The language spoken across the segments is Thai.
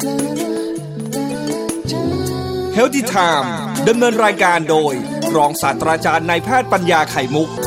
Healthy Time ดำเนินรายการโดยรองศาสตราจารย์นายแพทย์ปัญญาไข่มุก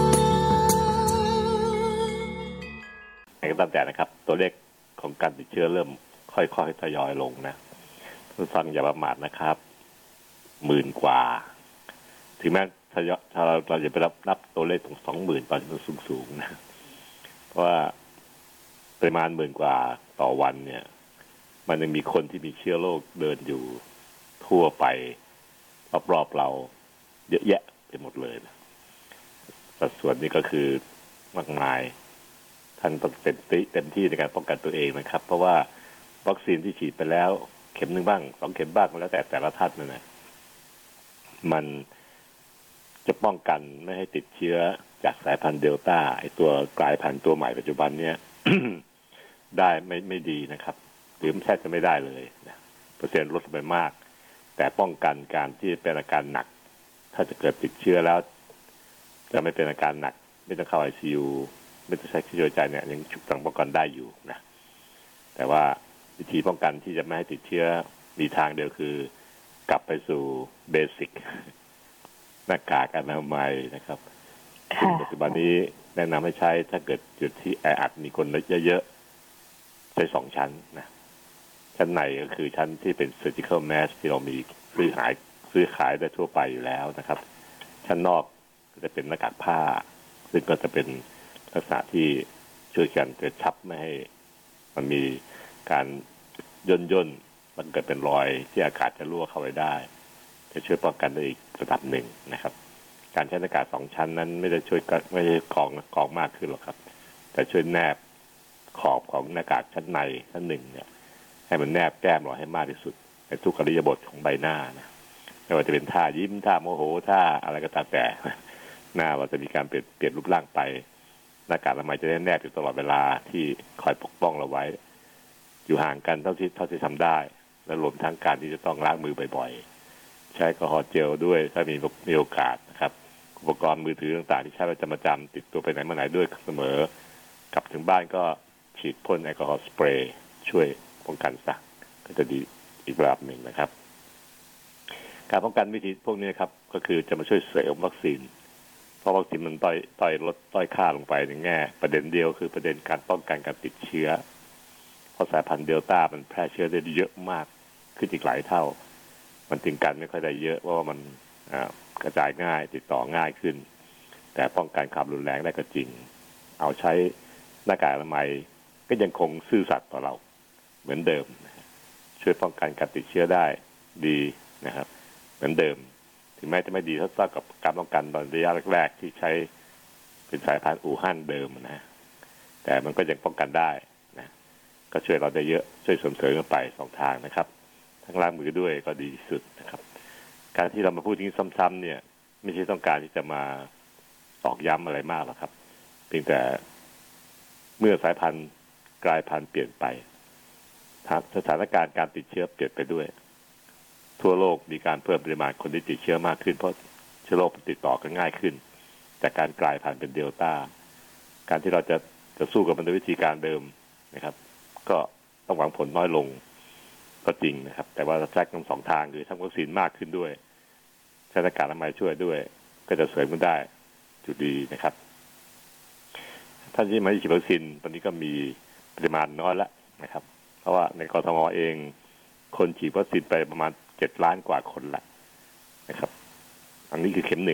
ก็ตามแต่นะครับตัวเลขของการติดเชื้อเริ่มค่อยๆทยอยลงนะทุกท่านอย่าประมาทนะครับ10,000 กว่าถึงแม้ถ้าเราจะไปนับตัวเลขถึง 20,000 ตอนที่มันสูงๆนะเพราะว่าปริมาณ10,000 กว่าต่อวันเนี่ยมันยังมีคนที่มีเชื้อโรคเดินอยู่ทั่วไปรอบๆเราเยอะแยะไปหมดเลยนะสัดส่วนนี้ก็คือมากมายท่านต้องเต็มที่ในการป้องกันตัวเองนะครับเพราะว่าวัคซีนที่ฉีดไปแล้วเข็ม1บ้าง2เข็มบ้างแล้วแต่ละท่านนะมันจะป้องกันไม่ให้ติดเชื้อจากสายพันธุ์เดลต้าไอตัวกลายพันธุ์ตัวใหม่ปัจจุบันเนี่ย ได้ไม่ดีนะครับหรือแทบจะไม่ได้เลยนะเปอร์เซ็นต์ลดไปมากแต่ป้องกันการที่เป็นอาการหนักถ้าจะเกิดติดเชื้อแล้วจะไม่เป็นอาการหนักไม่ต้องเข้า ICU ไม่ต้องใช้เครื่องช่วยหายใจเนี่ยยังฉุกเฉินป้องกันได้อยู่นะแต่ว่าวิธีป้องกันที่จะไม่ให้ติดเชื้อมีทางเดียวคือกลับไปสู่เบสิกหน้ากากอนามัยนะครับปัจจุบันนี้แนะนำให้ใช้ถ้าเกิดจุดที่แออัดมีคนเยอะๆใช้2ชั้นนะชั้นในก็คือชั้นที่เป็น surgical mask ที่เรามีซื้อขายได้ทั่วไปอยู่แล้วนะครับชั้นนอกก็จะเป็นหน้ากากผ้าซึ่งก็จะเป็นลักษณะที่ช่วยกันกระชับไม่ให้มันมีการย่นมันเกิดเป็นรอยที่อากาศจะรั่วเข้าไปได้จะช่วยป้องกันได้อีกระดับหนึ่งนะครับการใช้หน้ากาก2ชั้นนั้นไม่ได้ช่วยไม่ได้กรองมากขึ้นหรอกครับแต่ช่วยแนบขอบของหน้ากากชั้นในชั้นหนึ่งเนี่ยให้มันแนบแก้มเราให้มากที่สุดในทุกอิริยาบถของใบหน้านะไม่ว่าจะเป็นท่ายิ้มท่าโมโหท่าอะไรก็ตามแต่หน้าเราจะมีการเปลี่ยนรูปร่างไปหน้ากากอนามัยจะได้แนบอยู่ตลอดเวลาที่คอยปกป้องเราไว้อยู่ห่างกันเท่าที่ทำได้และรวมทั้งการที่จะต้องล้างมือบ่อยๆใช้แอลกอฮอล์เจลด้วยถ้ามีโอกาสนะครับอุปกรณ์มือถือต่างๆที่ใช้ประจำติดตัวไปไหนมาไหนด้วยเสมอกลับถึงบ้านก็ฉีดพ่นแอลกอฮอล์สเปรย์ช่วยป้องกันซะก็จะดีอีกระดับหนึ่งนะครับการป้องกันวิธีพวกนี้ครับก็คือจะมาช่วยเสริมวัคซีนเพราะวัคซีนมันต้อยค่าลงไปในแง่ประเด็นเดียวคือประเด็นการป้องกันการติดเชื้อเพราะสายพันธุ์เดลต้ามันแพร่เชื้อได้เยอะมากขึ้นอีกหลายเท่ามันถึงกันไม่ค่อยได้เยอะเพราะว่ามันกระจายง่ายติดต่อง่ายขึ้นแต่ป้องกันความรุนแรงได้ก็จริงเอาใช้หน้ากากอนามัยก็ยังคงซื่อสัตย์ต่อเราเหมือนเดิมช่วยป้องกันการติดเชื้อได้ดีนะครับเหมือนเดิมถึงแม้จะไม่ดีเท่ากับการป้องกันตอนระยะแรกๆที่ใช้เป็นสายพันธุ์อู่ฮั่นเดิมนะแต่มันก็ยังป้องกันได้นะก็ช่วยเราได้เยอะช่วยเสริมกันไป2ทางนะครับทั้งล้างมือด้วยก็ดีที่สุดนะครับการที่เรามาพูดนี้ซ้ำๆเนี่ยไม่ใช่ต้องการที่จะมาตอกย้ำอะไรมากหรอกครับเพียงแต่เมื่อสายพันธุ์กลายพันธุ์เปลี่ยนไปสถานการณ์การติดเชื้อเปลี่ยนไปด้วยทั่วโลกมีการเพิ่มปริมาณคนที่ติดเชื้อมากขึ้นเพราะเชื้อโรคติดต่อกันง่ายขึ้นจากการกลายพันธุ์เป็นเดลต้าการที่เราจะสู้กับมันด้วยวิธีการเดิมนะครับก็ต้องหวังผลน้อยลงก็จริงนะครับแต่ว่าแทรกทั้งสองทางคือทำวัคซีนมากขึ้นด้วยใช้หน้ากากอนามัยช่วยด้วยก็จะเสริมกันได้จุดดีนะครับท่านที่มาฉีดวัคซีนตอนนี้ก็มีปริมาณน้อยแล้วนะครับเพราะว่าในกทมเองคนฉีดวัคซีนไปประมาณ7 ล้านกว่าคนละนะครับอันนี้คือเข็ม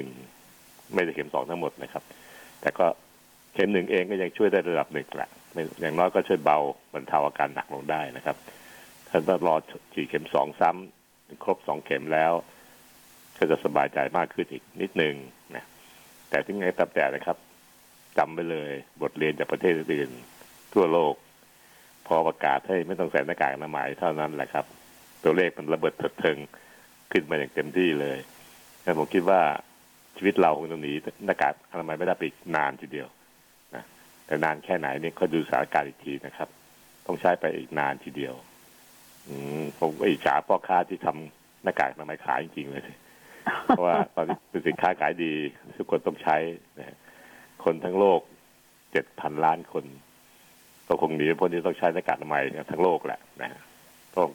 1ไม่ใช่เข็ม2ทั้งหมดนะครับแต่ก็เข็ม1เองก็ยังช่วยได้ระดับหนึ่งแหละอย่างน้อยก็ช่วยเบาบรรเทาอาการหนักลงได้นะครับถ้าต้องรอฉีดเข็ม2ซ้ำครบ2เข็มแล้วก็จะสบายใจมากขึ้นอีกนิดนึงนะแต่ถึงไงตามแต่นะครับจำไปเลยบทเรียนจากประเทศอื่นทั่วโลกพอประกาศให้ไม่ต้องใส่หน้ากากอนามัยเท่านั้นแหละครับตัวเลขมันระเบิดเถิดเทิงขึ้นมาอย่างเต็มที่เลยแต่ผมคิดว่าชีวิตเราคงต้องหนีหน้ากากอนามัยไม่ได้ไปนานทีเดียวนะแต่นานแค่ไหนนี่ก็ดูสถานการณ์อีกทีนะครับต้องใช้ไปอีกนานทีเดียวผมก็อิจฉาพ่อค้าที่ทำหน้ากากอนามัยขายจริงๆเลยเพราะว่าตอนนี้เป็นสินค้าขายดีทุกคนต้องใช้นะคนทั้งโลก 7,000 ล้านคนก็คงหนีพ้นที่ต้องใช้หน้ากากอนามัยทั้งโลกแหละนะก็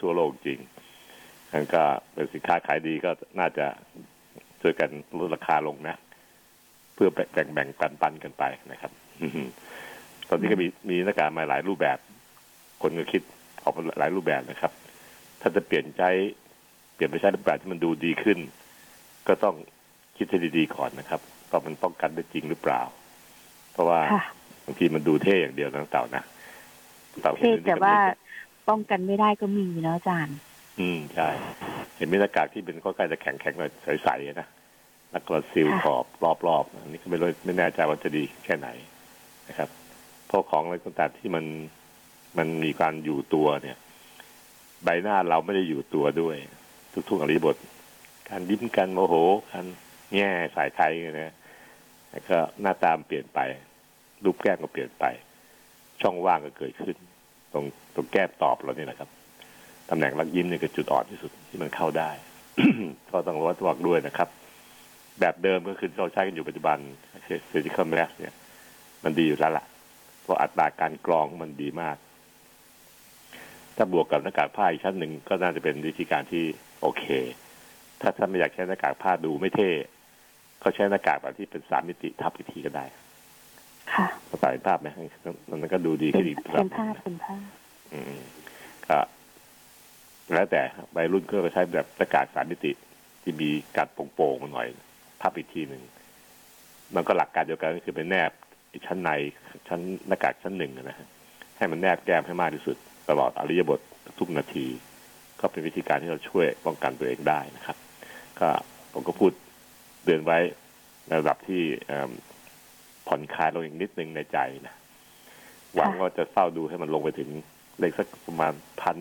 ทั่วโลกจริงแล้วก็เป็นสินค้าขายดีก็น่าจะช่วยกันลดราคาลงนะเพื่อแบ่งปันกันไปนะครับตอนนี้ก็มีหน้ากากมาหลายรูปแบบคนก็คิดออกมาหลายรูปแบบนะครับถ้าจะเปลี่ยนไปใช้รูปแบบที่มันดูดีขึ้นก็ต้องคิดให้ดีๆก่อนนะครับว่ามันป้องกันได้จริงหรือเปล่าเพราะว่าบางทีมันดูเท่อย่างเดียวนะเต่านะเท่แต่ว่าป้องกันไม่ได้ก็มีเนาะอาจารย์ใช่เห็นมีหน้ากากที่เป็นก็ใกล้จะแข็งๆหน่อยใสๆนะแล้วก็ซีลขอบรอบๆอันนี้ก็ไม่แน่ใจว่าจะดีแค่ไหนนะครับเพราะของอะไรต่างๆที่มันมีการอยู่ตัวเนี่ยใบหน้าเราไม่ได้อยู่ตัวด้วยทุกๆอริบทการยิ้มกันโมโหกันแง่สายไทยนะแล้วก็หน้าตาเปลี่ยนไปรูปแก้มก็เปลี่ยนไปช่องว่างก็เกิดขึ้นตรงแก้มตอบเราเนี่ยนะครับตำแหน่งรักยิ้มเนี่ยคือจุดอ่อนที่สุดที่มันเข้าได้ ก็ต้องระวังด้วยนะครับแบบเดิมก็คือเราใช้กันอยู่ปัจจุบัน surgical mask เนี่ยมันดีอยู่แล้วล่ะเพราะอัตราการกรองมันดีมากถ้าบวกกับหน้ากากผ้าอีกชั้นหนึ่งก็น่าจะเป็นวิธีการที่โอเคถ้าท่านไม่อยากใช้หน้ากากผ้าดูไม่เท่ก็ใช้หน้ากากแบบที่เป็น3 มิติทับอีกทีก็ได้ค่ะใส่ภาพไหมมันก็ดูดีขึ้นอีกเป็นภาพก็แล้วแต่วัยรุ่นก็ใช้แบบหน้ากาก3 มิติที่มีการโป่งๆหน่อยทับอีกทีหนึ่งมันก็หลักการเดียวกันก็คือเป็นแนบชั้นในชั้นหน้ากากชั้น1นะฮะให้มันแนบแก้มให้มากที่สุดตลอดอริยบททุกนาทีก็เป็นวิธีการที่เราช่วยป้องกันตัวเองได้นะครับก็ผมก็พูดเตือนไว้ในระดับที่ผ่อนคลายลงอีกนิดนึงในใจนะหวังว่าจะเฝ้าดูให้มันลงไปถึงเลขสักประมาณ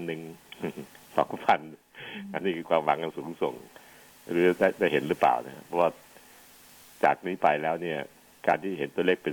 1,000 2,000 อันนี้คือความหวังกันสูงส่งหรือได้เห็นหรือเปล่านะเพราะว่าจากนี้ไปแล้วเนี่ยการที่เห็นตัวเลขเป็น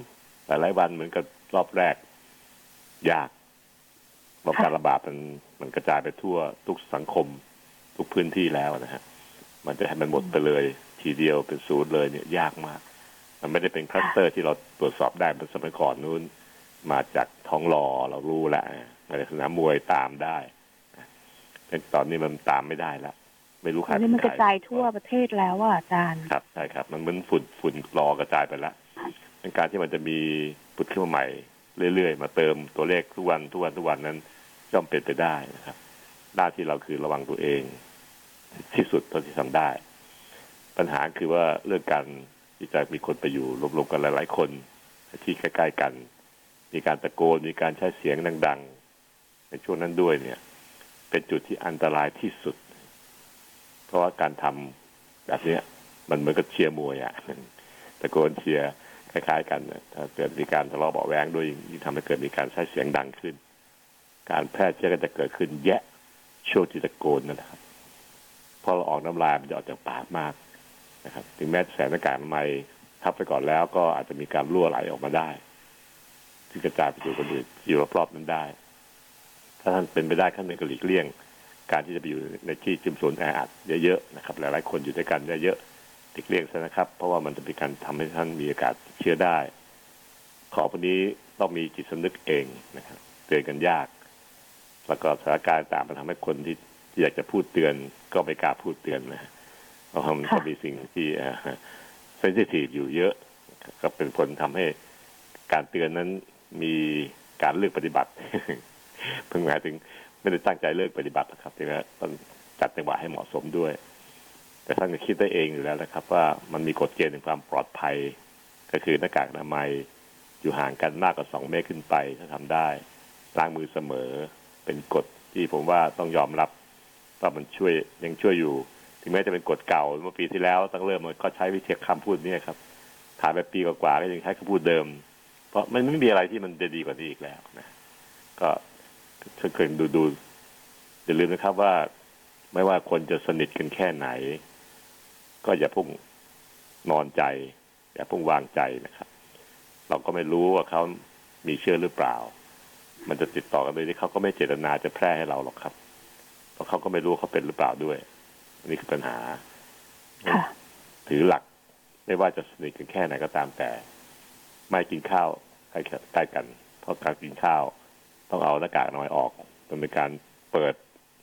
0หลายวันเหมือนกับรอบแรกยากเพราะการระบาดมันกระจายไปทั่วทุกสังคมทุกพื้นที่แล้วนะฮะมันจะให้มันหมดไปเลยทีเดียวเป็น0เลยเนี่ยยากมากมันไม่ได้เป็นคลัสเตอร์ที่เราตรวจสอบได้เหมือนสมัยก่อนนู้นมาจากท้องหล่อเรารู้แล้วมาจากสนามมวยตามได้แต่ตอนนี้มันตามไม่ได้แล้วไม่รู้ใครมันกระจายทั่วประเทศแล้วอ่ะอาจารย์ครับใช่ครับมันเหมือนฝุ่นรอกระจายไปแล้วเป็นการที่มันจะมีปุดขึ้นมาใหม่เรื่อยๆมาเติมตัวเลขทุกวันนั้นย่อมเป็นไปได้นะครับหน้าที่เราคือระวังตัวเองที่สุดเท่าที่ทำได้ปัญหาคือว่าเรื่องการที่จะมีคนไปอยู่รวมๆกันหลายๆคนที่ใกล้ๆกันมีการตะโกนมีการใช้เสียงดังๆในช่วงนั้นด้วยเนี่ยเป็นจุดที่อันตรายที่สุดเพราะว่าการทำแบบนี้มันเหมือนกับเชียร์มวยอ่ะตะโกนเชียร์คล้ายๆกันถ้าเกิดมีการทะเลาะเบาะแว้งด้วยยิ่งทำให้เกิดมีการใช้เสียงดังขึ้นการแพร่เชื้อก็จะเกิดขึ้นแยะช่วงที่ตะโกนนั่นแหละครับพอเราออกน้ำลายมันจะออกจากปากมากนะครับถึงแม้ใส่หน้ากากอนามัยทับไปก่อนแล้วก็อาจจะมีการรั่วไหลออกมาได้ที่กระจายไปสู่คนอื่นอยู่รอบๆนั้นได้ถ้าท่านเป็นไปได้ท่านเป็นกหลีกเลี่ยงการที่จะไปอยู่ในที่ชุมชนแออัดเยอะๆนะครับหลายๆคนอยู่ด้วยกันเยอะหลีกเลี่ยงซะนะครับเพราะว่ามันจะเป็นการทำให้ท่านมีโอกาสเชื้อได้ข้อพวกนี้ต้องมีจิตสำนึกเองนะครับเตือนกันยากแล้วก็สถานการณ์ต่างมันทำให้คนที่อยากจะพูดเตือนก็ไม่กล้าพูดเตือนนะเพราะมันก็มีสิ่งที่เซนซิทีฟอยู่เยอะก็เป็นผลทำให้การเตือนนั้นมีการเลือกปฏิบัติเพิ่งหมายถึงไม่ได้ตั้งใจเลือกปฏิบัตินะครับแต่ว่าต้องจัดจังหวะให้เหมาะสมด้วยแต่ท่านก็คิดได้เองอยู่แล้วนะครับว่ามันมีกฎเกณฑ์ในความปลอดภัยก็คือหน้ากากอนามัยอยู่ห่างกันมากกว่า2 เมตรขึ้นไปถ้าทำได้ล้างมือเสมอเป็นกฎที่ผมว่าต้องยอมรับว่ามันยังช่วยอยู่ถึงแม้จะเป็นกฎเก่าเมื่อปีที่แล้วตั้งเริ่มมันก็ใช้วิธีคำพูดนี้ครับผ่านไปปีกว่าๆก็ยังใช้คำพูดเดิมเพราะมันไม่มีอะไรที่มันดีกว่านี้อีกแล้วนะก็ถ้าเคยดูอย่าลืมนะครับว่าไม่ว่าคนจะสนิทกันแค่ไหนก็อย่าพุ่งนอนใจอย่าพุ่งวางใจนะครับเราก็ไม่รู้ว่าเขามีเชื้อหรือเปล่ามันจะติดต่อกันโดยที่เขาก็ไม่เจตนาจะแพร่ให้เราหรอกครับเพราะเขาก็ไม่รู้เขาเป็นหรือเปล่าด้วยนี่คือปัญหาถือหลักไม่ว่าจะสนิทกันแค่ไหนก็ตามแต่ไม่กินข้าวใกล้กันเพราะการกินข้าวต้องเอาหน้ากากอนามัยออกมันเป็นการเปิด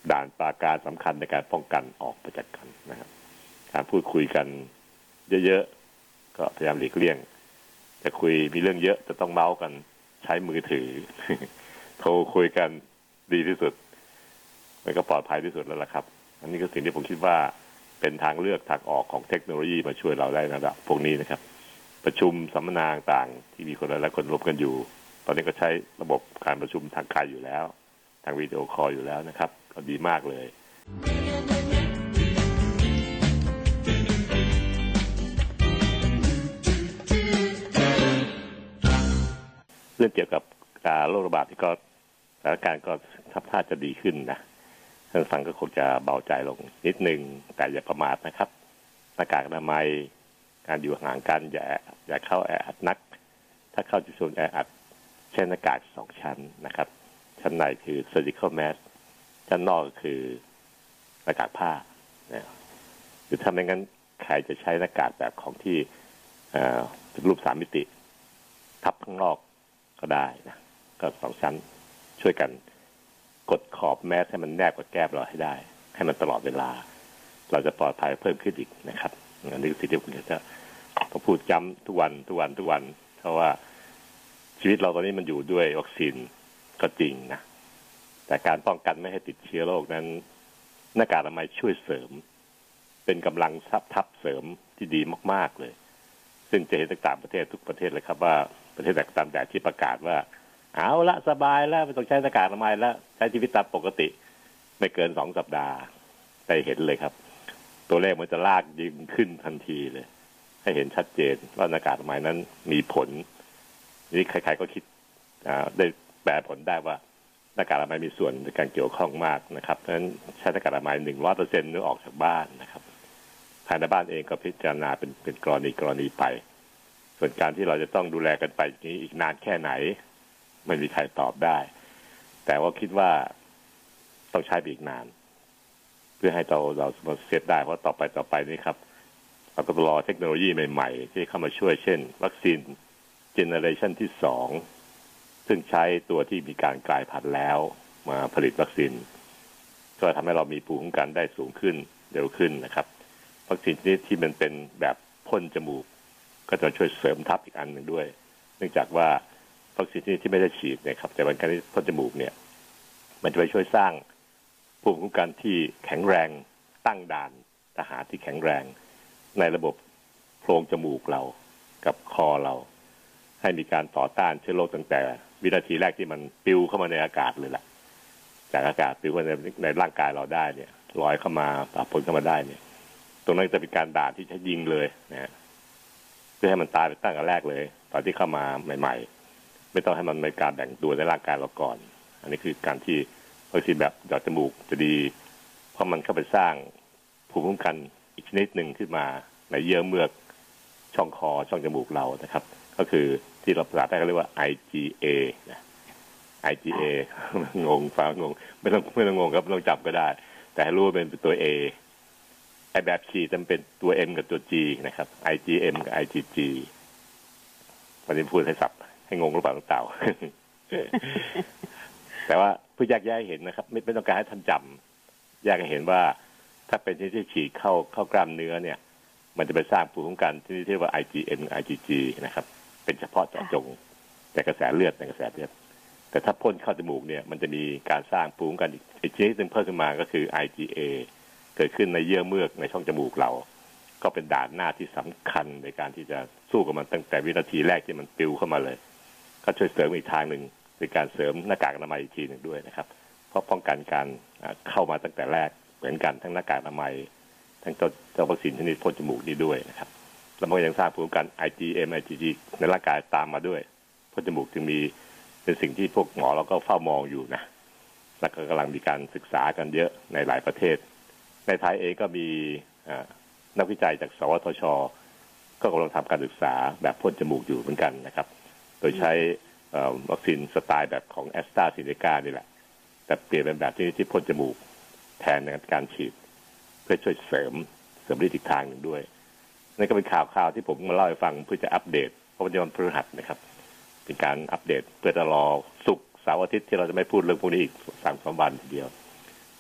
ด่านปราการสำคัญในการป้องกันออกไปจากกันนะครับการพูดคุยกันเยอะๆก็พยายามหลีกเลี่ยงจะคุยมีเรื่องเยอะจะต้องเมาส์กันใช้มือถือ โทรคุยกันดีที่สุดมันก็ปลอดภัยที่สุดแล้วล่ะครับอันนี้ก็สิ่งที่ผมคิดว่าเป็นทางเลือกทางออกของเทคโนโลยีมาช่วยเราได้ในระดับพวกนี้นะครับประชุมสัมมนาต่างที่มีคนหลายคนรวมกันอยู่ตอนนี้ก็ใช้ระบบการประชุมทางไกลอยู่แล้วทางวิดีโอคอลอยู่แล้วนะครับก็ดีมากเลยเรื่องเกี่ยวกับการโรคระบาดที่ก็สถานการณ์ก็ทับท่าจะดีขึ้นนะท่านฟังก็คงจะเบาใจลงนิดนึงแต่อย่าประมาทนะครับหน้ากากอนามัยการอยู่ห่างกันอย่าเข้าแออัดนักถ้าเข้าจุดแออัดใช้หน้ากาก2ชั้นนะครับชั้นในคือ surgical mask ชั้นนอกก็คือหน้ากากผ้านะหรือถ้าไม่งั้นใครจะใช้หน้ากากแบบของที่เป็นรูป3มิติทับข้างนอกก็ได้นะก็2ชั้นช่วยกันกดขอบแมสให้มันแนบกับแก้มเราให้ได้ให้มันตลอดเวลาเราจะปลอดภัยเพิ่มขึ้นอีกนะครับอันนี้คือสิ่งที่ผมจะต้องพูดย้ำทุกวันเพราะว่าชีวิตเราตอนนี้มันอยู่ด้วยวัคซีนก็จริงนะแต่การป้องกันไม่ให้ติดเชื้อโรคนั้นหน้ากากอนามัยช่วยเสริมเป็นกำลังทับเสริมที่ดีมากๆเลยซึ่งจะเห็นต่างประเทศทุกประเทศเลยครับว่าประเทศต่างๆที่ประกาศว่าเอาละสบายแล้วไม่ต้องใช้หน้ากากอนามัยแล้วใช้ชีวิตตามปกติไม่เกิน2 สัปดาห์ได้เห็นเลยครับตัวเลขมันจะลากยิ่งขึ้นทันทีเลยให้เห็นชัดเจนว่าหน้ากากอนามัยนั้นมีผลนี่ใครๆก็คิดได้แปลผลได้ว่าหน้ากากอนามัยมีส่วนในการเกี่ยวข้องมากนะครับเพราะฉะนั้นใช้หน้ากากอนามัย 100% เมื่อออกจากบ้านนะครับภายในบ้านเองก็พิจารณาเป็นกรณีไปส่วนการที่เราจะต้องดูแลกันไปอย่างนี้อีกนานแค่ไหนไม่มีใครตอบได้แต่ว่าคิดว่าต้องใช้อีกนานเพื่อให้เราเซฟได้เพราะต่อไปนี่ครับเราก็รอเทคโนโลยีใหม่ๆที่เข้ามาช่วยเช่นวัคซีนเจเนอเรชันที่2ซึ่งใช้ตัวที่มีการกลายพันธุ์แล้วมาผลิตวัคซีนก็ทำให้เรามีภูมิคุ้มกันได้สูงขึ้นเร็วขึ้นนะครับวัคซีนนี้ที่มันเป็นแบบพ่นจมูกก็จะช่วยเสริมทับอีกอันหนึ่งด้วยเนื่องจากว่าวัคซีนที่ไม่ได้ฉีดเนี่ยครับแต่วันการที่พ่นจมูกเนี่ยมันจะไปช่วยสร้างภูมิคุ้มกันที่แข็งแรงตั้งด่านทหารที่แข็งแรงในระบบโพรงจมูกเรากับคอเราให้มีการต่อต้านเชื้อโรคตั้งแต่วินาทีแรกที่มันปลิวเข้ามาในอากาศเลยล่ะจากอากาศปลิวเข้าในร่างกายเราได้เนี่ยลอยเข้ามาปะปนเข้ามาได้เนี่ยตรงนั้นจะเป็นการด่านที่ใช้ยิงเลยนะเพื่อให้มันตายไปตั้งแต่แรกเลยตอนที่เข้ามาใหม่ๆไม่ต้องให้มันมีการแบ่งตัวในร่างกายเราก่อนอันนี้คือการที่วัคซีนแบบหยอดจมูกจะดีเพราะมันเข้าไปสร้างภูมิคุ้มกันอีกชนิดหนึ่งขึ้นมาในเยื่อเมือกช่องคอช่องจมูกเรานะครับก็คือที่เราภาษาไทยเขาเรียกว่า IgA นะ IgA งงฟังงงไม่ต้องงงครับไม่ต้องจำก็ได้แต่ให้รู้ว่าเป็นตัว A ไอแบบฉีดมันเป็นตัว M กับตัว G นะครับ IgM กับ IgG วันนี้พูดให้สับให้งงหรือเปล่าเต่า แต่ว่าเพื่อแยกแยะให้เห็นนะครับไม่ต้องการให้ท่านจำแยกให้เห็นว่าถ้าเป็นที่ฉีดเข้ากล้ามเนื้อเนี่ยมันจะไปสร้างภูมิคุ้มกันที่เรียกว่า IgM IgG นะครับเป็นเฉพาะเจาะจงในกระแสเลือดแต่ถ้าพ่นเข้าจมูกเนี่ยมันจะมีการสร้างภูมิคุ้มกันอีกชนิดนึงเพิ่มขึ้นมาก็คือ IgA เกิดขึ้นในเยื่อเมือกในช่องจมูกเราก็เป็นด่านหน้าที่สำคัญในการที่จะสู้กับมันตั้งแต่วินาทีแรกที่มันปลิวเข้ามาเลยก็ช่วยเสริมอีกทางหนึ่งเป็นการเสริมหน้ากากอนามัยอีกทีหนึ่งด้วยนะครับเพราะป้องกันการเข้ามาตั้งแต่แรกเหมือนกันทั้งหน้ากากอนามัยทั้งเจ้าวัคซีนชนิดพ่นจมูกนี้ด้วยนะครับแล้วมันยังสร้างภูมิคุ้มกัน IgM IgG ในร่างกายตามมาด้วยพ่นจมูกจึงมีเป็นสิ่งที่พวกหมอเราก็เฝ้ามองอยู่นะแล้วก็กำลังมีการศึกษากันเยอะในหลายประเทศในไทยเองก็มีนักวิจัยจากสวทช.ก็กำลังทำการศึกษาแบบพ่นจมูกอยู่เหมือนกันนะครับโดยใช้วัคซีนสไตล์แบบของแอสตราเซเนกานี่แหละแต่เปลี่ยนเป็นแบบที่พ่นจมูกแทนในการฉีดเพื่อช่วยเสริมฤทธิ์อีกทางหนึ่งด้วยนั่นก็เป็นข่าวที่ผมมาเล่าให้ฟังเพื่อจะอัปเดตเพราะวันพฤหัสนะครับเป็นการอัปเดตเพื่อจะรอศุกร์เสาร์อาทิตย์ที่เราจะไม่พูดเรื่องพวกนี้อีก3-4 วันทีเดียว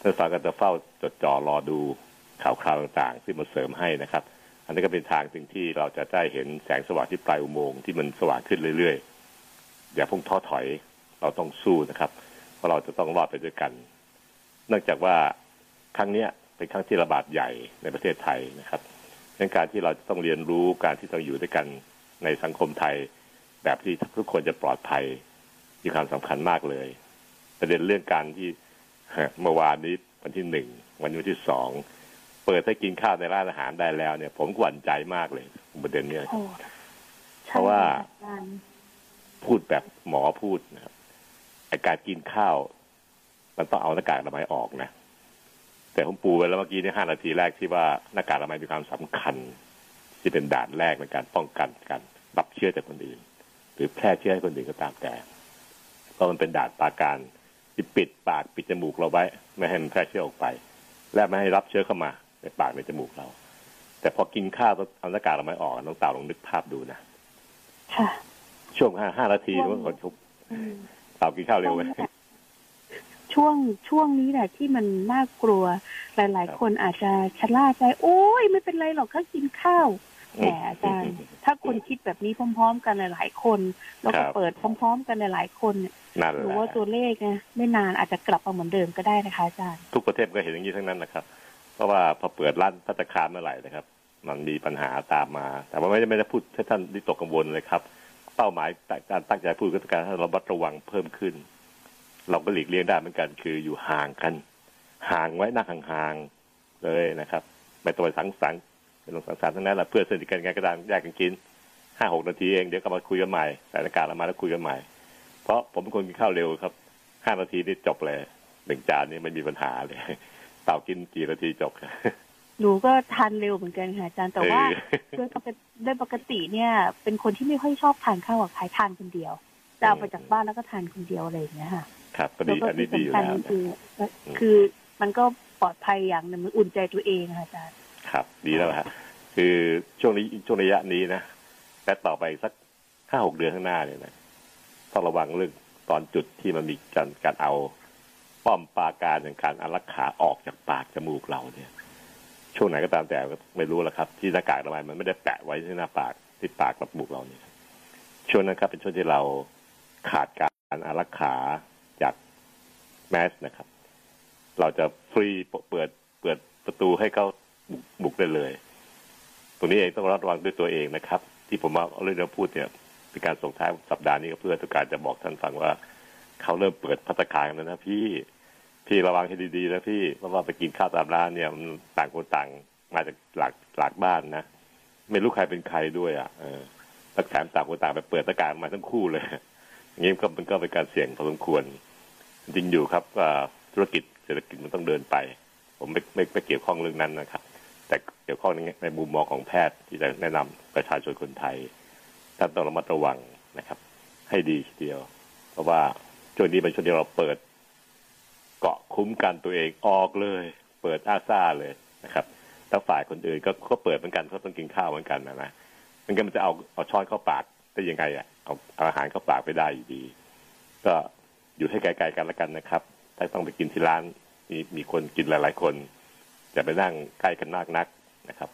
ท่านฟังก็จะเฝ้าจดจ่อรอดูข่าวคราวต่างๆที่มาเสริมให้นะครับอันนี้ก็เป็นทางหนึ่งที่เราจะได้เห็นแสงสว่างที่ปลายอุโมงค์ที่มันสว่างขึ้นเรื่อยๆอย่าเพิ่งท้อถอยเราต้องสู้นะครับเพราะเราจะต้องรอดไปด้วยกันเนื่องจากว่าครั้งนี้เป็นครั้งที่ระบาดใหญ่ในประเทศไทยนะครับดังการที่เราจะต้องเรียนรู้การที่ต้องอยู่ด้วยกันในสังคมไทยแบบที่ทุกคนจะปลอดภัยมีความสำคัญมากเลยประเด็นเรื่องการที่เมื่อวานนี้วันที่1วันที่2เปิดให้กินข้าวในร้านอาหารได้แล้วเนี่ยผมหวั่นใจมากเลยประเด็นนี้เพราะว่าพูดแบบหมอพูดนะครับการกินข้าวมันต้องเอาหน้ากากอนามัยออกนะแต่ผมปูไว้แล้วเมื่อกี้ใน5 นาทีแรกที่ว่าหน้ากากอนามัยมีความสำคัญที่เป็นด่านแรกในการป้องกันการรับเชื้อจากคนอื่นหรือแพร่เชื้อให้คนอื่นก็ตามแต่เพราะมันเป็นด่านปราการที่ปิดปากปิดจมูกเราไว้ไม่ให้มันแพร่เชื้อออกไปและไม่ให้รับเชื้อเข้ามาในปากในจมูกเราแต่พอกินข้าวต้องเอาหน้ากากอนามัยออกน้องเต่าลองนึกภาพดูนะค่ะช่วง5 นาทีว่าคนทุกเต่ากินข้าวเร็วไหมช่วงนี้แหละที่มันน่ากลัวหลายๆคนอาจจะชะล่าใจโอ้ยไม่เป็นไรหรอกแค่กินข้าวแต่อาจารย์ถ้าคนคิดแบบนี้พร้อมๆกันหลายๆคนแล้วก็เปิดพร้อมๆกันหลายๆคนหรือว่าตัวเลขนะไม่นานอาจจะกลับมาเหมือนเดิมก็ได้นะคะอาจารย์ทุกประเทศก็เห็นอย่างนี้ทั้งนั้นนะครับเพราะว่าพอเปิดร้านภัตตาคารเมื่อไหร่นะครับมันมีปัญหาตามมาแต่ว่าไม่ได้พูดให้ท่านวิตกกังวลเลยครับเป้าหมายการตั้งใจพูดก็คือการให้เราระมัดระวังเพิ่มขึ้นเราก็หลีกเลี่ยงได้เหมือนกันคืออยู่ห่างกันห่างไว้นั่งห่างๆเลยนะครับไม่ต้องไปสังสรรค์เป็นสังสรรค์ทั้งนั้นแหละเพื่อสนิทกันไงก็ได้แยกกันกิน5-6 นาทีเองเดี๋ยวก็มาคุยกันใหม่แต่อากาศมาแล้วคุยกันใหม่เพราะผมเป็นคนกินข้าวเร็วครับ5 นาทีนี่จบเลย1 จานนี่ไม่มีปัญหาเลยเต่ากินกี่นาทีจบหนูก็ทานเร็วเหมือนกันค่ะอาจารย์แต่ว่าโดยปกติเนี่ยเป็นคนที่ไม่ค่อยชอบทานข้าวกับใครทานคนเดียวจะเอาไปจากบ้านแล้วก็ทานคนเดียวอะไรอย่างเงี้ยค่ะครับก็ดีอันนี้ดีอยู่แล้วคือมันก็ปลอดภัยอย่างนึงมันอุ่นใจตัวเองค่ะอาจารย์ครับดีแล้วฮะคือช่วงระยะนี้นะและต่อไปสัก5-6 เดือนข้างหน้าเนี่ยนะต้องระวังเรื่องตอนจุดที่มันมีการเอาป้อมปราการอย่างการอารักขาออกจากปากจมูกเราเนี่ยช่วงไหนก็ตามแต่ก็ไม่รู้แล้วครับที่หน้ากากอนามัยมันไม่ได้แปะไว้ที่หน้าปากที่ปากกับจมูกเราเนี่ยช่วงนั้นครับเป็นช่วงที่เราขาดการอารักขาจากแมสนะครับเราจะฟรีเปิดประตูให้เขาบุกได้เลยตรงนี้เองต้องระวังด้วยตัวเองนะครับที่ผมว่าเรื่องที่พูดเนี่ยเป็นการส่งท้ายสัปดาห์นี้ก็เพื่อต้องการจะบอกท่านฟังว่าเขาเริ่มเปิดภัตตาคารแล้วนะพี่ระวังให้ดีๆนะพี่เพราะว่าไปกินข้าวตามร้านเนี่ยมันต่างคนต่างมาจากหลักบ้านนะไม่รู้ใครเป็นใครด้วยแล้วแถมต่างคนต่างไปเปิดภัตตาคารมาทั้งคู่เลยอย่างนี้มันก็เป็นการเสี่ยงพอสมควรจริงอยู่ครับว่าธุรกิจเศรษฐกิจมันต้องเดินไปผมไม่เกี่ยวข้องเรื่องนั้นนะครับแต่เกี่ยวข้องในมุมมองของแพทย์ที่จะแนะนำประชาชนคนไทยท่านต้องระมัดระวังนะครับให้ดีทีเดียวเพราะว่าช่วงนี้เป็นช่วงที่เราเปิดเกาะคุ้มกันตัวเองออกเลยเปิดอาซ่าเลยนะครับถ้าฝ่ายคนอื่นก็เปิดเหมือนกันเขาต้องกินข้าวเหมือนกันนะมันจะเอาช้อนเข้าปากได้ยังไงเอาอาหารเข้าปากไปได้อยู่ดีก็อยู่ให้ไกลๆกันแล้วกันนะครับถ้าต้องไปกินที่ร้านมีคนกินหลายๆคนจะไปนั่งใกล้กันมากนักนะครับ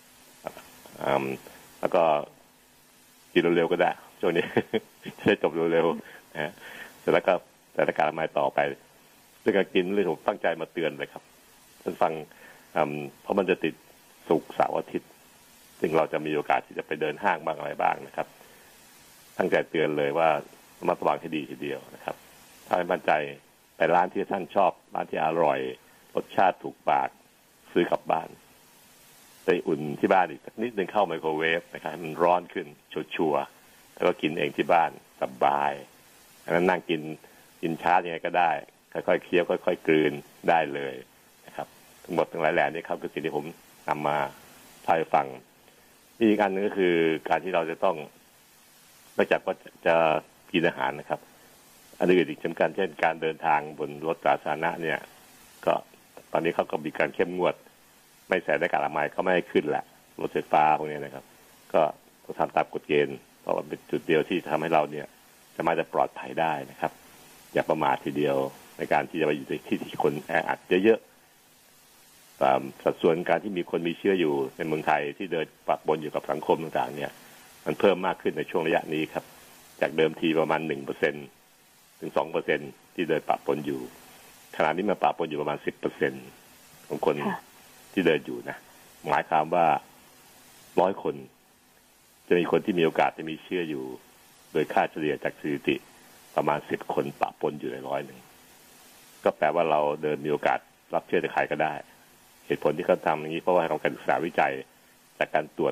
แล้วก็กินเร็วๆก็ได้ช่วงนี้จะจบเร็วๆนะเสร็จแล้วก็แต่ละการมาต่อไปเรื่องการกินเรื่องผมตั้งใจมาเตือนเลยครับท่านฟังเพราะมันจะติดศุกร์เสาร์อาทิตย์ซึ่งเราจะมีโอกาสที่จะไปเดินห้างบ้างอะไรบ้างนะครับตั้งใจเตือนเลยว่าระมัดระวังให้ดีทีเดียวนะครับถ้าไม่มั่นใจไปร้านที่ท่านชอบร้านที่อร่อยรสชาติถูกปากซื้อกลับบ้านไปอุ่นที่บ้านอีกสักนิดนึงเข้าไมโครเวฟนะครับให้มันร้อนขึ้นชัวร์ๆแล้วก็กินเองที่บ้านสบายอันนั้นนั่งกินช้ายังไงก็ได้ค่อยๆเคี้ยวค่อยๆกลืนได้เลยนะครับทั้งหมดทั้งหลายแหล่นี้ครับคือสิ่งที่ผมนำมาเล่าให้ฟังอีกอันนึงก็คือการที่เราจะต้องนอกจากว่าจะกินอาหารนะครับอันอื่นอีกเช่นกันเช่นการเดินทางบนรถสาธารณะเนี่ยก็ตอนนี้เขาก็มีการเข้มงวดไม่ใส่หน้ากากอนามัยเขาไม่ให้ขึ้นแหละรถไฟฟ้าพวกนี้นะครับก็ต้องทำตามกฎเกณฑ์เพราะว่าเป็นจุดเดียวที่ทำให้เราเนี่ยสามารถจะปลอดภัยได้นะครับอย่าประมาททีเดียวในการที่จะไปอยู่ในที่ที่คนแออัดเยอะๆสัดส่วนการที่มีคนมีเชื้ออยู่ในเมืองไทยที่เดินปะปนอยู่กับสังคมต่างๆเนี่ยมันเพิ่มมากขึ้นในช่วงระยะนี้ครับจากเดิมทีประมาณ 1% ถึง 2% ที่เดินปะปนอยู่ขณะนี้มันปะปนอยู่ประมาณ 10% ของคนที่เดินอยู่นะหมายความว่า100 คนจะมีคนที่มีโอกาสจะมีเชื้ออยู่โดยค่าเฉลี่ยจากสถิติประมาณ10 คนปะปนอยู่ใน100ก็แปลว่าเราเดินมีโอกาสรับเชื้อจากใครก็ได้เหตุผลที่เขาทำอย่างนี้เพราะว่าเราการศึกษาวิจัยจากการตรวจ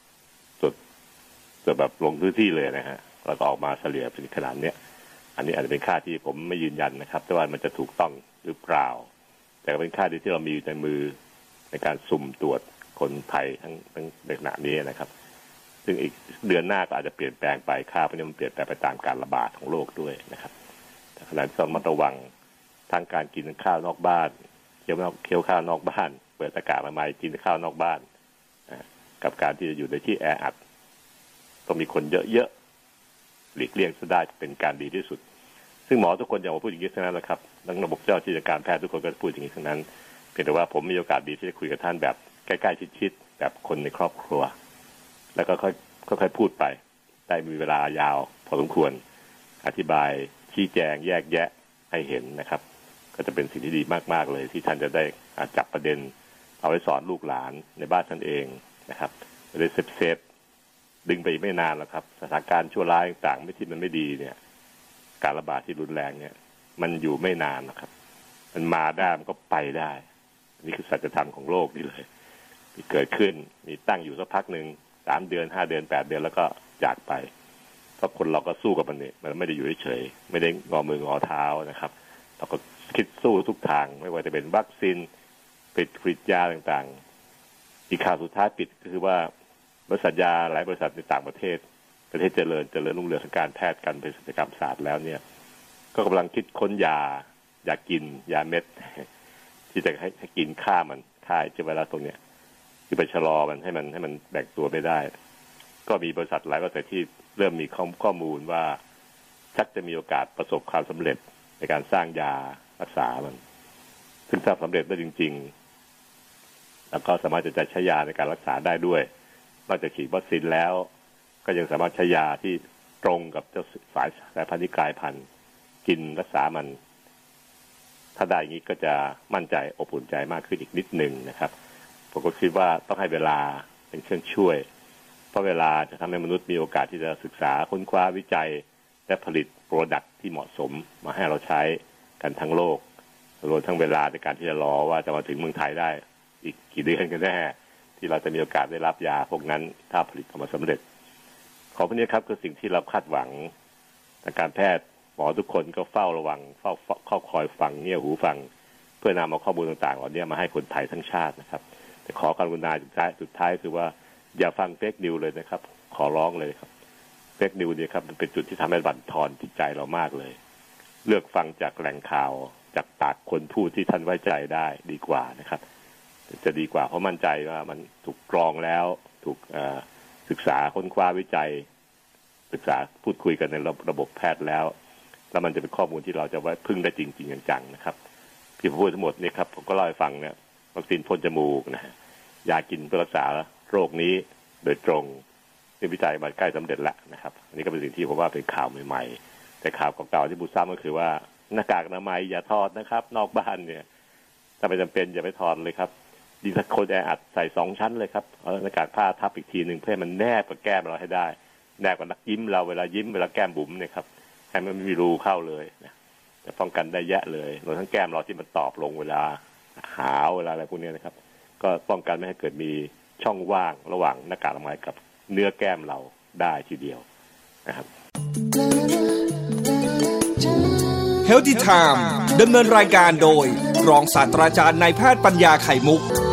แบบลงพื้นที่เลยนะฮะแล้วก็ออกมาเฉลี่ยเป็นขนาดเนี้ยอันนี้อาจจะเป็นค่าที่ผมไม่ยืนยันนะครับแต่ว่ามันจะถูกต้องหรือเปล่าแต่เป็นค่าที่เรามีอยู่ในมือในการสุ่มตรวจคนไทยทั้งในขณะนี้นะครับซึ่งอีกเดือนหน้าก็อาจจะเปลี่ยนแปลงไปค่าพวกนี้มันเปลี่ยนแปลงไปตามการระบาดของโรคด้วยนะครับแต่ขณะที่ต้องระวังทางการกินข้าวนอกบ้านเคี้ยวข้าวนอกบ้านเปิดอากาศใหม่ๆกินข้าวนอกบ้านกับการที่จะอยู่ในที่แออัดต้องมีคนเยอะๆหลีกเลี่ยงซะได้เป็นการดีที่สุดซึ่งหมอทุกคนอย่างว่าพูดอย่างนี้ทั้งนั้นแหละครับทั้งระบบเจ้าที่การแพทย์ทุกคนก็พูดอย่างนี้ทั้งนั้นเพียงแต่ว่าผมมีโอกาสดีที่จะคุยกับท่านแบบใกล้ๆชิดๆแบบคนในครอบครัวแล้วก็ค่อยพูดไปได้มีเวลายาวพอสมควรอธิบายชี้แจงแยกแยะให้เห็นนะครับก็จะเป็นสิ่งที่ดีมากๆเลยที่ท่านจะได้จับประเด็นเอาไว้สอนลูกหลานในบ้านท่านเองนะครับจะได้เซฟดึงไปไม่นานแล้วครับสถานการณ์ชั่วร้ายต่างๆไม่ที่มันไม่ดีเนี่ยการระบาดที่รุนแรงเนี่ยมันอยู่ไม่นานนะครับมันมาได้มันก็ไปได้นี่คือสัจธรรมของโลกนี่เลยที่เกิดขึ้นมีตั้งอยู่สักพักหนึ่ง3 เดือน5 เดือน8 เดือนแล้วก็จากไปเพราะคนเราก็สู้กับมันเนี่ยมันไม่ได้อยู่เฉยๆไม่ได้งอมืองอเท้านะครับเราก็คิดสู้ทุกทางไม่ว่าจะเป็นวัคซีนปิดยาต่างๆอีกข่าวสุดท้ายปิดก็คือว่าบริษัทยาหลายบริษัทในต่างประเทศเจริญรุ่งเรืองทางการแพทย์การเภสัชกรรมศาสตร์แล้วเนี่ยก็กำลังคิดค้นยากินยาเม็ดที่จะให้กินฆ่าเชื้อไวรัสตรงเนี้ยคือไปชะลอมันให้มันแบ่งตัวไม่ได้ก็มีบริษัทหลายบริษัทที่เริ่มมีข้อมูลว่าชักจะมีโอกาสประสบความสำเร็จในการสร้างยารักษามันซึ่งถ้าสำเร็จได้จริงๆแล้วก็สามารถจะใช้ยาในการรักษาได้ด้วยนอกจากฉีดวัคซีนแล้วก็ยังสามารถใช้ยาที่ตรงกับเจ้าสายพันธุ์ที่กลายพันธุ์กินรักษามันถ้าได้อย่างนี้ก็จะมั่นใจอบอุ่นใจมากขึ้นอีกนิดนึงนะครับผมก็คิดว่าต้องให้เวลาเป็นเครื่องช่วยเพราะเวลาจะทำให้มนุษย์มีโอกาสที่จะศึกษาค้นคว้าวิจัยและผลิตโปรดักต์ที่เหมาะสมมาให้เราใช้กันทั้งโลกรวมทั้งเวลาในการที่จะรอว่าจะมาถึงเมืองไทยได้อีกกี่เดือนกันแน่ที่เราจะมีโอกาสได้รับยาพวกนั้นถ้าผลิตออกมาสำเร็จขอพวกนี้ครับคือสิ่งที่เราคาดหวังทางการแพทย์หมอทุกคนก็เฝ้าระวังเฝ้าคอยฟังเงี่ยหูฟังเพื่อนำเอาข้อมูลต่างๆเหล่านี้มาให้คนไทยทั้งชาตินะครับแต่ขอการกรุณาสุดท้ายคือว่าอย่าฟังเฟกนิวเลยนะครับขอร้องเลยครับเฟกนิวเนี่ยครับมันเป็นจุดที่ทำให้บั่นทอนจิตใจเรามากเลยเลือกฟังจากแหล่งข่าวจากปากคนพูดที่ท่านไว้ใจได้ดีกว่านะครับจะดีกว่าเพราะมั่นใจว่ามันถูกกรองแล้วถูกศึกษาค้นคว้าวิจัยศึกษาพูดคุยกันในระบบแพทย์แล้วมันจะเป็นข้อมูลที่เราจะไว้พึ่งได้จริงๆจังๆนะครับที่ผมพูดทั้งหมดนี่ครับผมก็เล่าให้ฟังเนี่ยวัคซีนพ่นจมูกนะยากินเพื่อรักษาโรคนี้โดยตรงที่วิจัยมาใกล้สำเร็จแล้วนะครับอันนี้ก็เป็นสิ่งที่ผมว่าเป็นข่าวใหม่ๆแต่ข่าวเก่าๆที่บูซ้ำก็คือว่าหน้ากากอนามัยอย่าถอดนะครับนอกบ้านเนี่ยถ้าไม่จำเป็นอย่าไปถอดเลยครับดีสักคนแออัดใส่2 ชั้นเลยครับเอาหน้ากากผ้าทับอีกทีนึงเพื่อให้มันแนบกับแก้มเราให้ได้แนบกับนักยิ้มเราเวลายิ้มเวลาแก้มบุ๋มเนี่ยครับให้มันไม่มีรูเข้าเลยนะจะป้องกันได้แยะเลยรวมทั้งแก้มเราที่มันตอบลงเวลาหาวเวลาอะไรพวกนี้นะครับก็ป้องกันไม่ให้เกิดมีช่องว่างระหว่างหน้ากากอนามัยกับเนื้อแก้มเราได้ทีเดียวนะครับ Healthy Time ดำเนินรายการโดยรองศาสตราจารย์นายแพทย์ปัญญาไข่มุก